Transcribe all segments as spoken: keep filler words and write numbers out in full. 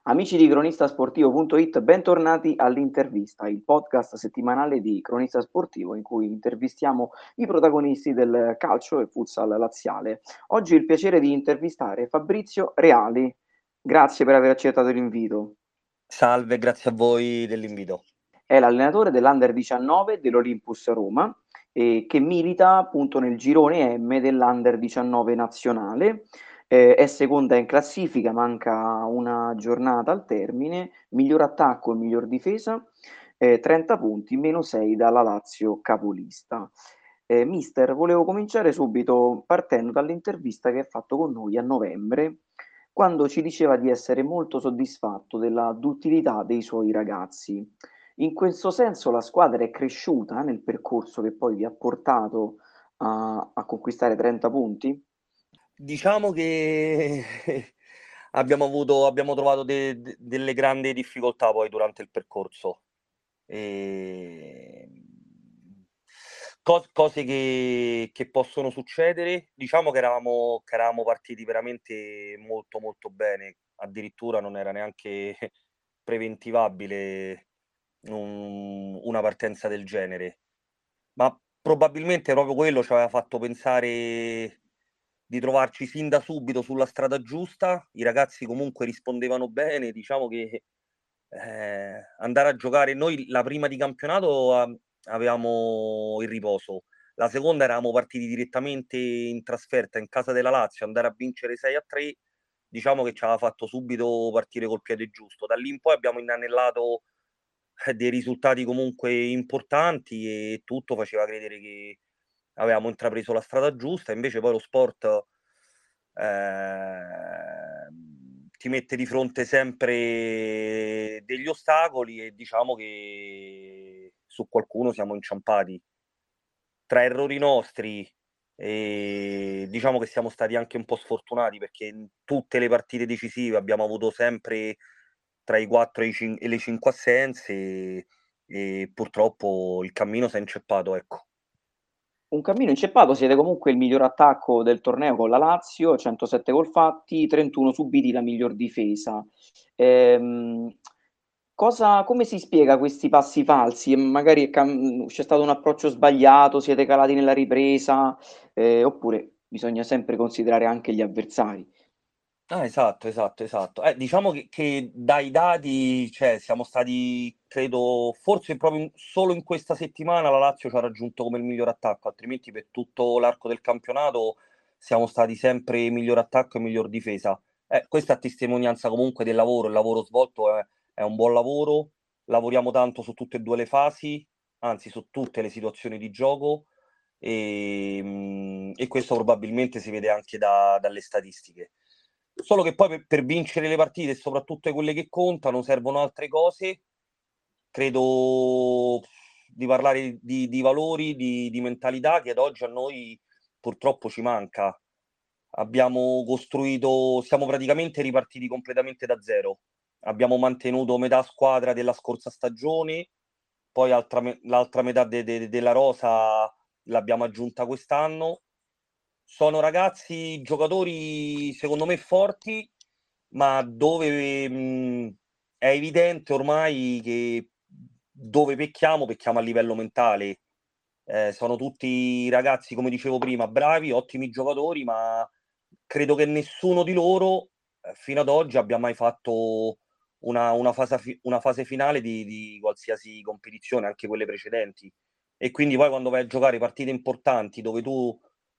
Amici di cronistasportivo punto it, bentornati all'Intervista, il podcast settimanale di Cronista Sportivo in cui intervistiamo i protagonisti del calcio e futsal laziale. Oggi ho il piacere di intervistare Fabrizio Reali. Grazie per aver accettato l'invito. Salve, grazie a voi dell'invito. È l'allenatore dell'Under diciannove dell'Olympus Roma e che milita appunto nel girone M dell'Under diciannove nazionale. Eh, è seconda in classifica, manca una giornata al termine, miglior attacco e miglior difesa, eh, trenta punti, meno sei dalla Lazio capolista. Eh, mister, volevo cominciare subito partendo dall'intervista che ha fatto con noi a novembre, quando ci diceva di essere molto soddisfatto della duttilità dei suoi ragazzi. In questo senso la squadra è cresciuta nel percorso che poi vi ha portato a, a conquistare trenta punti? Diciamo che abbiamo avuto, abbiamo trovato de- de- delle grandi difficoltà poi durante il percorso. E... cos- cose che, che possono succedere. Diciamo che eravamo, che eravamo partiti veramente molto molto bene, addirittura non era neanche preventivabile un- una partenza del genere. Ma probabilmente proprio quello ci aveva fatto pensare di trovarci sin da subito sulla strada giusta. I ragazzi comunque rispondevano bene, diciamo che eh, andare a giocare noi la prima di campionato a- avevamo il riposo, la seconda eravamo partiti direttamente in trasferta in casa della Lazio, andare a vincere sei a tre, diciamo che ci aveva fatto subito partire col piede giusto. Da lì in poi abbiamo inanellato eh, dei risultati comunque importanti e tutto faceva credere che avevamo intrapreso la strada giusta. Invece poi lo sport eh, ti mette di fronte sempre degli ostacoli e diciamo che su qualcuno siamo inciampati. Tra errori nostri e diciamo che siamo stati anche un po' sfortunati perché in tutte le partite decisive abbiamo avuto sempre tra i quattro e, i cin- e le cinque assenze e, e purtroppo il cammino si è inceppato, ecco. Un cammino inceppato, siete comunque il miglior attacco del torneo con la Lazio, centosette gol fatti, trentuno subiti, la miglior difesa. Ehm, cosa, come si spiega questi passi falsi? Magari è cam- c'è stato un approccio sbagliato, siete calati nella ripresa, eh, oppure bisogna sempre considerare anche gli avversari. Ah, esatto, esatto, esatto. Eh, diciamo che, che dai dati, cioè, siamo stati, credo, forse proprio in- solo in questa settimana la Lazio ci ha raggiunto come il miglior attacco, altrimenti per tutto l'arco del campionato siamo stati sempre miglior attacco e miglior difesa. Eh, questa è testimonianza comunque del lavoro, il lavoro svolto è, è un buon lavoro, lavoriamo tanto su tutte e due le fasi, anzi su tutte le situazioni di gioco e, mm, e questo probabilmente si vede anche da- dalle statistiche. Solo che poi per, per vincere le partite, e soprattutto quelle che contano, servono altre cose. Credo di parlare di, di valori, di, di mentalità che ad oggi a noi purtroppo ci manca. Abbiamo costruito, siamo praticamente ripartiti completamente da zero. Abbiamo mantenuto metà squadra della scorsa stagione, poi altra me- l'altra metà de- de- della rosa l'abbiamo aggiunta quest'anno. Sono ragazzi, giocatori secondo me forti, ma dove mh, è evidente ormai che dove pecchiamo, pecchiamo a livello mentale. Eh, sono tutti ragazzi, come dicevo prima, bravi, ottimi giocatori, ma credo che nessuno di loro eh, fino ad oggi abbia mai fatto una, una fase, fi- una fase finale di, di qualsiasi competizione, anche quelle precedenti. E quindi poi quando vai a giocare partite importanti dove tu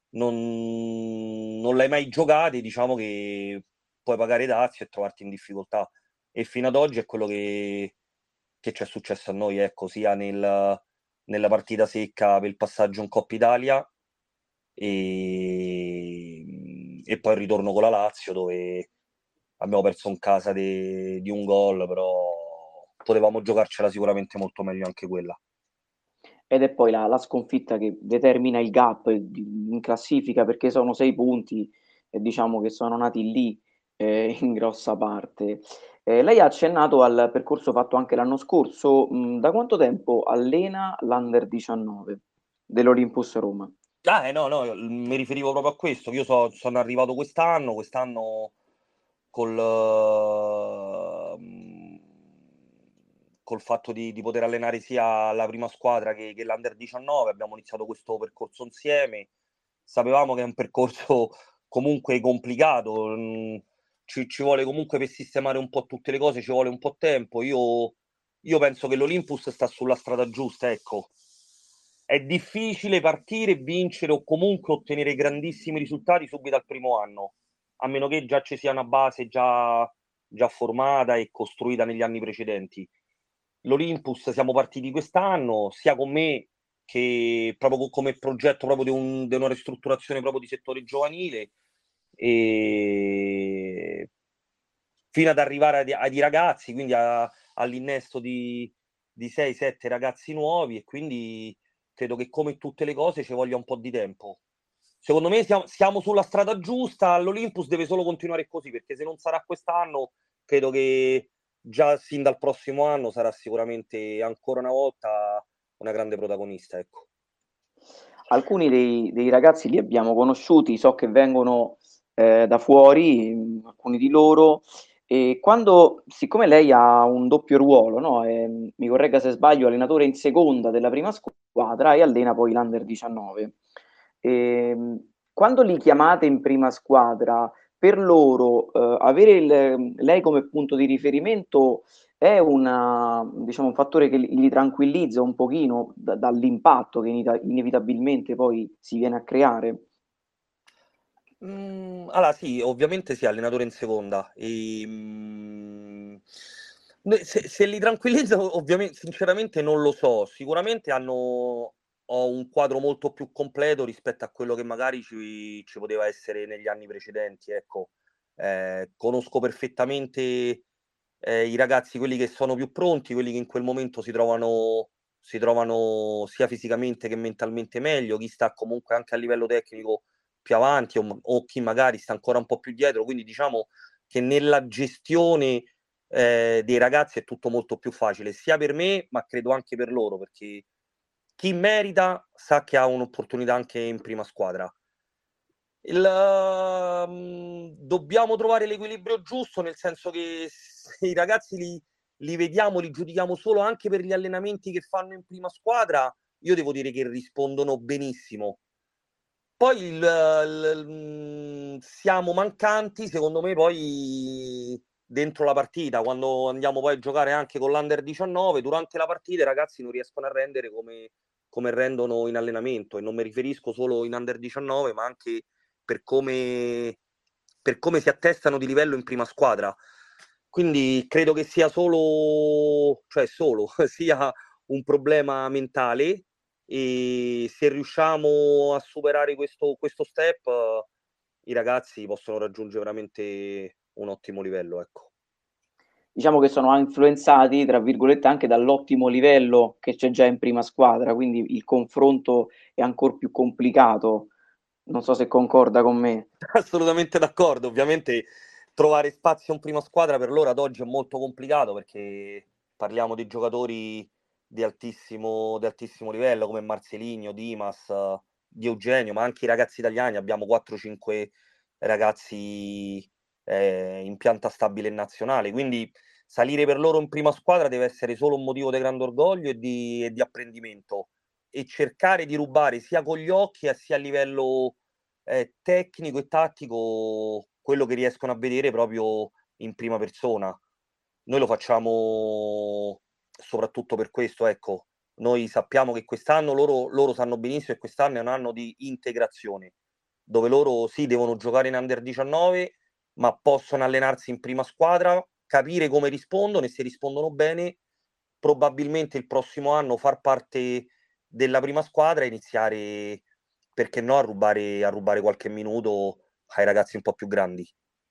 non, non l'hai mai giocate, diciamo che puoi pagare dazio e trovarti in difficoltà. E fino ad oggi è quello che, che ci è successo a noi, ecco, sia nel, nella partita secca per il passaggio in Coppa Italia e, e poi il ritorno con la Lazio dove abbiamo perso in casa de- di un gol, però potevamo giocarcela sicuramente molto meglio anche quella. Ed è poi la, la sconfitta che determina il gap di- in classifica perché sono sei punti e diciamo che sono nati lì eh, in grossa parte. Eh, lei ha accennato al percorso fatto anche l'anno scorso. Mh, da quanto tempo allena l'Under diciannove dell'Olympus Roma? Ah, eh, no, no, mi riferivo proprio a questo. Io so- sono arrivato quest'anno, quest'anno col, col fatto di, di poter allenare sia la prima squadra che, che l'Under diciannove, abbiamo iniziato questo percorso insieme. Sapevamo che è un percorso comunque complicato, mh, ci, ci vuole comunque per sistemare un po' tutte le cose, ci vuole un po' tempo. Io, io penso che l'Olympus sta sulla strada giusta, ecco. È difficile partire, vincere o comunque ottenere grandissimi risultati subito al primo anno, a meno che già ci sia una base già, già formata e costruita negli anni precedenti. L'Olympus siamo partiti quest'anno, sia con me che proprio come progetto proprio di, un, di una ristrutturazione proprio di settore giovanile, e fino ad arrivare ai, ai ragazzi, quindi a, all'innesto di, di sei sette ragazzi nuovi, e quindi credo che come tutte le cose ci voglia un po' di tempo. Secondo me siamo, siamo sulla strada giusta, l'Olympus deve solo continuare così, perché se non sarà quest'anno, credo che già sin dal prossimo anno sarà sicuramente ancora una volta una grande protagonista, ecco. Alcuni dei, dei ragazzi li abbiamo conosciuti, so che vengono eh, da fuori, mh, alcuni di loro, e quando, siccome lei ha un doppio ruolo, no? È, mi corregga se sbaglio, allenatore in seconda della prima squadra e allena poi l'Under diciannove. Ehm, quando li chiamate in prima squadra, per loro eh, avere il- lei come punto di riferimento è una, diciamo, un fattore che li, li tranquillizza un pochino da- dall'impatto che inita- inevitabilmente poi si viene a creare. Mm, allora sì, ovviamente sì, allenatore in seconda. E, mm, ne- se, se li tranquillizza, ovviamente, sinceramente non lo so. Sicuramente hanno ho un quadro molto più completo rispetto a quello che magari ci, ci poteva essere negli anni precedenti. Ecco. Eh, conosco perfettamente eh, i ragazzi, quelli che sono più pronti, quelli che in quel momento si trovano, si trovano sia fisicamente che mentalmente meglio, chi sta comunque anche a livello tecnico più avanti, o, o chi magari sta ancora un po' più dietro. Quindi diciamo che nella gestione eh, dei ragazzi è tutto molto più facile, sia per me, ma credo anche per loro, perché chi merita sa che ha un'opportunità anche in prima squadra. Il, um, dobbiamo trovare l'equilibrio giusto, nel senso che se i ragazzi li, li vediamo, li giudichiamo solo anche per gli allenamenti che fanno in prima squadra, io devo dire che rispondono benissimo. Poi il, il- mm, siamo mancanti, secondo me, poi dentro la partita, quando andiamo poi a giocare anche con l'Under diciannove, durante la partita i ragazzi non riescono a rendere come, come rendono in allenamento, e non mi riferisco solo in Under diciannove, ma anche per come, per come si attestano di livello in prima squadra. Quindi credo che sia solo, cioè solo, sia un problema mentale, e se riusciamo a superare questo, questo step, eh, i ragazzi possono raggiungere veramente un ottimo livello, ecco. Diciamo che sono influenzati, tra virgolette, anche dall'ottimo livello che c'è già in prima squadra, quindi il confronto è ancora più complicato. Non so se concorda con me. Assolutamente d'accordo. Ovviamente trovare spazio in prima squadra per loro ad oggi è molto complicato, perché parliamo di giocatori di altissimo, di altissimo livello come Marcelinho, Dimas, eh, Di Eugenio, ma anche i ragazzi italiani. Abbiamo quattro cinque ragazzi eh, in pianta stabile e nazionale, quindi salire per loro in prima squadra deve essere solo un motivo di grande orgoglio e di, e di apprendimento, e cercare di rubare sia con gli occhi sia a livello eh, tecnico e tattico quello che riescono a vedere proprio in prima persona. Noi lo facciamo soprattutto per questo, ecco. Noi sappiamo che quest'anno loro, loro sanno benissimo che quest'anno è un anno di integrazione, dove loro sì devono giocare in Under diciannove, ma possono allenarsi in prima squadra, capire come rispondono, e se rispondono bene, probabilmente il prossimo anno far parte della prima squadra e iniziare, perché no, a rubare, a rubare qualche minuto ai ragazzi un po' più grandi.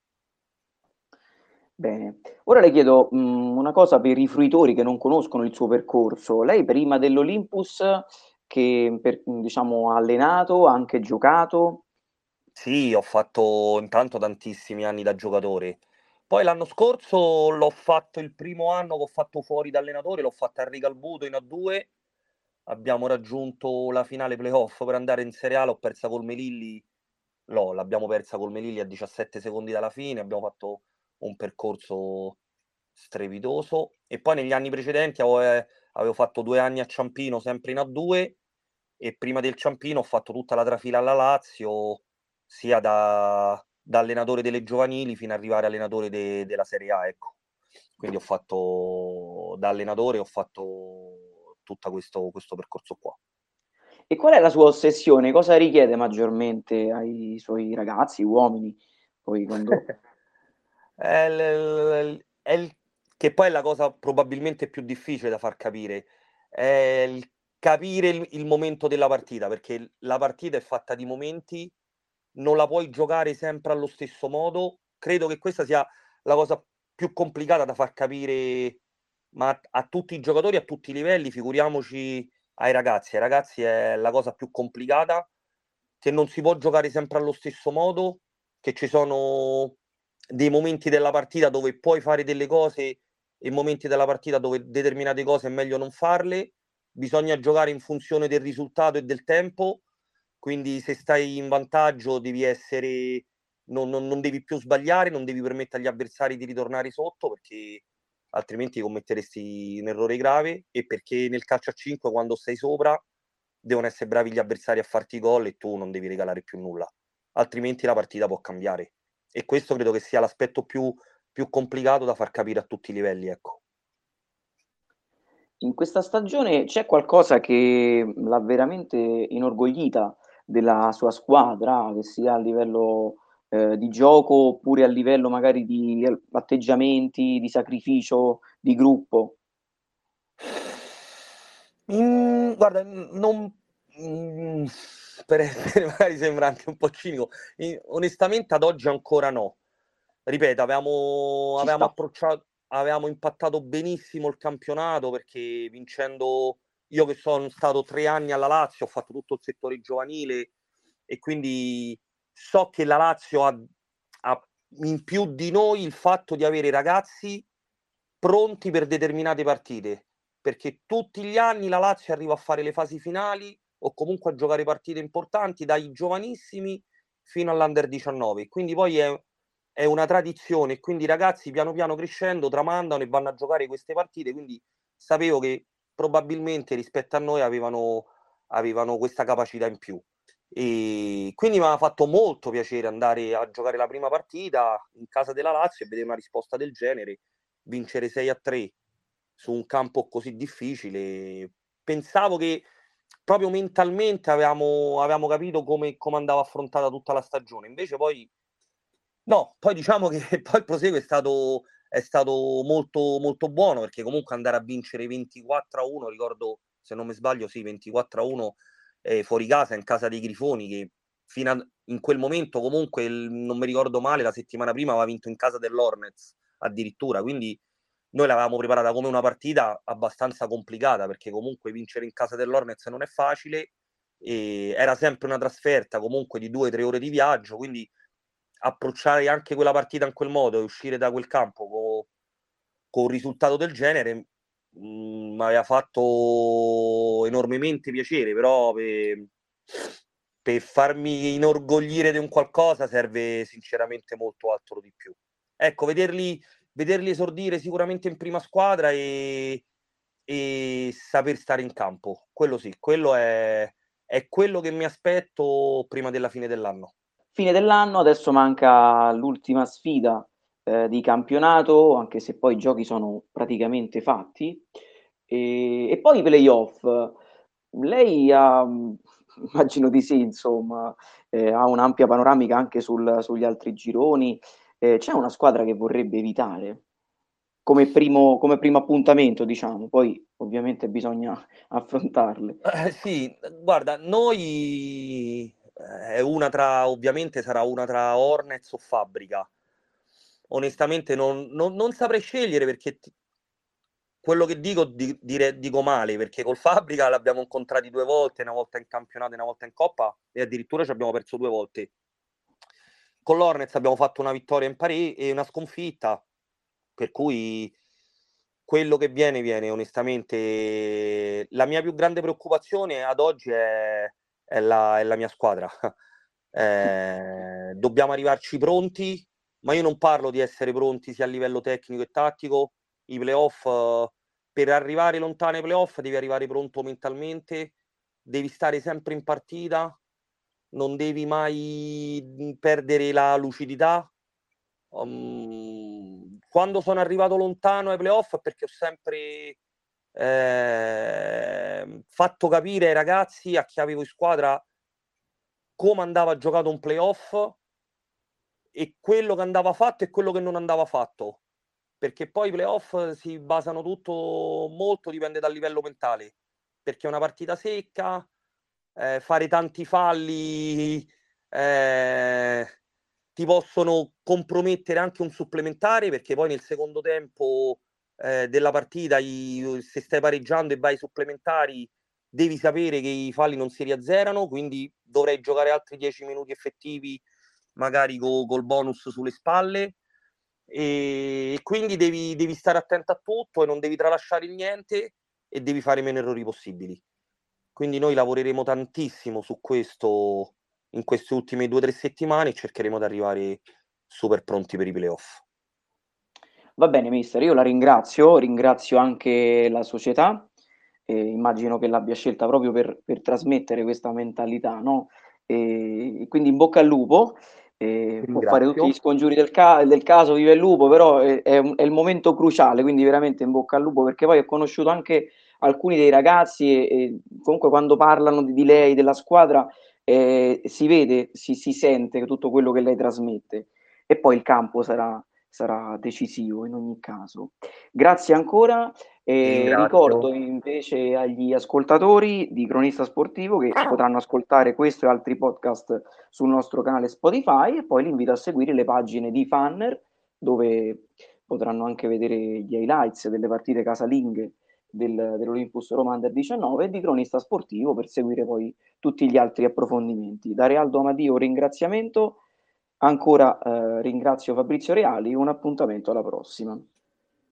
Bene, ora le chiedo mh, una cosa per i fruitori che non conoscono il suo percorso. Lei prima dell'Olympus che per- diciamo, ha allenato, ha anche giocato. Sì, ho fatto intanto tantissimi anni da giocatore. Poi l'anno scorso l'ho fatto il primo anno che ho fatto fuori da allenatore, l'ho fatto a Ricalbuto in A due. Abbiamo raggiunto la finale playoff per andare in Serie A, l'ho persa col Melilli. No, l'abbiamo persa col Melilli a diciassette secondi dalla fine. Abbiamo fatto un percorso strepitoso. E poi negli anni precedenti avevo, eh, avevo fatto due anni a Ciampino, sempre in A due, e prima del Ciampino ho fatto tutta la trafila alla Lazio, sia da, da allenatore delle giovanili fino ad arrivare allenatore de- della Serie A, ecco. Quindi ho fatto da allenatore, ho fatto tutto questo, questo percorso qua. E qual è la sua ossessione? Cosa richiede maggiormente ai suoi ragazzi, uomini? Poi quando... È il, è il- che poi è la cosa probabilmente più difficile da far capire, è il capire il, il momento della partita, perché la partita è fatta di momenti, non la puoi giocare sempre allo stesso modo. Credo che questa sia la cosa più complicata da far capire, ma a, a tutti i giocatori, a tutti i livelli, figuriamoci ai ragazzi. Ai ragazzi è la cosa più complicata, che non si può giocare sempre allo stesso modo, che ci sono dei momenti della partita dove puoi fare delle cose e momenti della partita dove determinate cose è meglio non farle. Bisogna giocare in funzione del risultato e del tempo, quindi se stai in vantaggio devi essere, non, non, non devi più sbagliare, non devi permettere agli avversari di ritornare sotto, perché altrimenti commetteresti un errore grave, e perché nel calcio a cinque quando stai sopra devono essere bravi gli avversari a farti gol e tu non devi regalare più nulla, altrimenti la partita può cambiare. E questo credo che sia l'aspetto più, più complicato da far capire a tutti i livelli, ecco. In questa stagione c'è qualcosa che l'ha veramente inorgoglita della sua squadra, che sia a livello eh, di gioco oppure a livello magari di atteggiamenti, di sacrificio, di gruppo? Mm, guarda, n- non, mm, per essere magari sembra anche un po' cinico, in- onestamente ad oggi ancora no. Ripeto, avevamo, Ci avevamo sta. approcciato, avevamo impattato benissimo il campionato, perché vincendo, io che sono stato tre anni alla Lazio, ho fatto tutto il settore giovanile, e quindi so che la Lazio ha, ha in più di noi il fatto di avere ragazzi pronti per determinate partite, perché tutti gli anni la Lazio arriva a fare le fasi finali o comunque a giocare partite importanti dai giovanissimi fino all'Under diciannove. Quindi poi è, è una tradizione, quindi i ragazzi piano piano crescendo tramandano e vanno a giocare queste partite, quindi sapevo che probabilmente rispetto a noi avevano, avevano questa capacità in più. E quindi mi ha fatto molto piacere andare a giocare la prima partita in casa della Lazio e vedere una risposta del genere, vincere sei a tre su un campo così difficile. Pensavo che proprio mentalmente avevamo, avevamo capito come, come andava affrontata tutta la stagione, invece poi no, poi diciamo che poi il proseguo è stato, è stato molto, molto buono, perché comunque andare a vincere ventiquattro a uno, ricordo, se non mi sbaglio, sì, ventiquattro a uno eh, fuori casa, in casa dei Grifoni, che fino a, in quel momento comunque, il, non mi ricordo male, la settimana prima aveva vinto in casa dell'Hornets addirittura, quindi noi l'avevamo preparata come una partita abbastanza complicata, perché comunque vincere in casa dell'Hornets non è facile, e era sempre una trasferta comunque di due o tre ore di viaggio, quindi approcciare anche quella partita in quel modo e uscire da quel campo con, con un risultato del genere mi aveva fatto enormemente piacere, però per, per farmi inorgoglire di un qualcosa serve sinceramente molto altro di più. Ecco, vederli, vederli esordire sicuramente in prima squadra e, e saper stare in campo, quello sì, quello è, è quello che mi aspetto prima della fine dell'anno. Fine dell'anno, adesso manca l'ultima sfida eh, di campionato, anche se poi i giochi sono praticamente fatti. E, e poi i playoff. Lei ha, immagino di sì, insomma, eh, ha un'ampia panoramica anche sul- sugli altri gironi. Eh, c'è una squadra che vorrebbe evitare come primo, come primo appuntamento, diciamo, poi ovviamente bisogna affrontarle. Eh, sì, guarda, noi eh, è una tra, ovviamente sarà una tra Hornets o Fabbrica. Onestamente non, non- non saprei scegliere, perché ti- quello che dico di- dire- dico male, perché col Fabbrica l'abbiamo incontrati due volte, una volta in campionato e una volta in Coppa, e addirittura ci abbiamo perso due volte. Con l'Hornets abbiamo fatto una vittoria in pari e una sconfitta, per cui quello che viene, viene. Onestamente, la mia più grande preoccupazione ad oggi è, è la, è la mia squadra. Eh, dobbiamo arrivarci pronti, ma io non parlo di essere pronti sia a livello tecnico e tattico, i playoff, eh, per arrivare lontano ai playoff devi arrivare pronto mentalmente, devi stare sempre in partita, non devi mai perdere la lucidità. Um, quando sono arrivato lontano ai playoff è perché ho sempre eh, fatto capire ai ragazzi, a chi avevo in squadra, come andava giocato un playoff e quello che andava fatto e quello che non andava fatto, perché poi i playoff si basano tutto, molto dipende dal livello mentale, perché è una partita secca, eh, fare tanti falli eh, ti possono compromettere anche un supplementare, perché poi nel secondo tempo eh, della partita, i, se stai pareggiando e vai ai supplementari, devi sapere che i falli non si riazzerano, quindi dovrei giocare altri dieci minuti effettivi, magari co, col bonus sulle spalle, e, e quindi devi, devi stare attento a tutto e non devi tralasciare niente e devi fare meno errori possibili. Quindi noi lavoreremo tantissimo su questo in queste ultime due o tre settimane e cercheremo di arrivare super pronti per i playoff. Va bene, mister, io la ringrazio, ringrazio anche la società, eh, immagino che l'abbia scelta proprio per, per trasmettere questa mentalità, no? E, quindi in bocca al lupo, Ti eh, può fare tutti gli ringrazio. scongiuri del, ca- del caso, vive il lupo, però è, è un- è il momento cruciale, quindi veramente in bocca al lupo, perché poi ho conosciuto anche alcuni dei ragazzi e, e comunque quando parlano di, di lei, della squadra, eh, si vede, si, si sente tutto quello che lei trasmette e poi il campo sarà sarà decisivo in ogni caso. Grazie ancora Ti e ricordo ringrazio. invece agli ascoltatori di Cronista Sportivo che potranno ascoltare questo e altri podcast sul nostro canale Spotify e poi li invito a seguire le pagine di Fanner dove potranno anche vedere gli highlights delle partite casalinghe del, dell'Olympus Roma Under diciannove e di Cronista Sportivo per seguire poi tutti gli altri approfondimenti. Da Realdo Amadio un ringraziamento. Ancora eh, ringrazio Fabrizio Reali, un appuntamento alla prossima.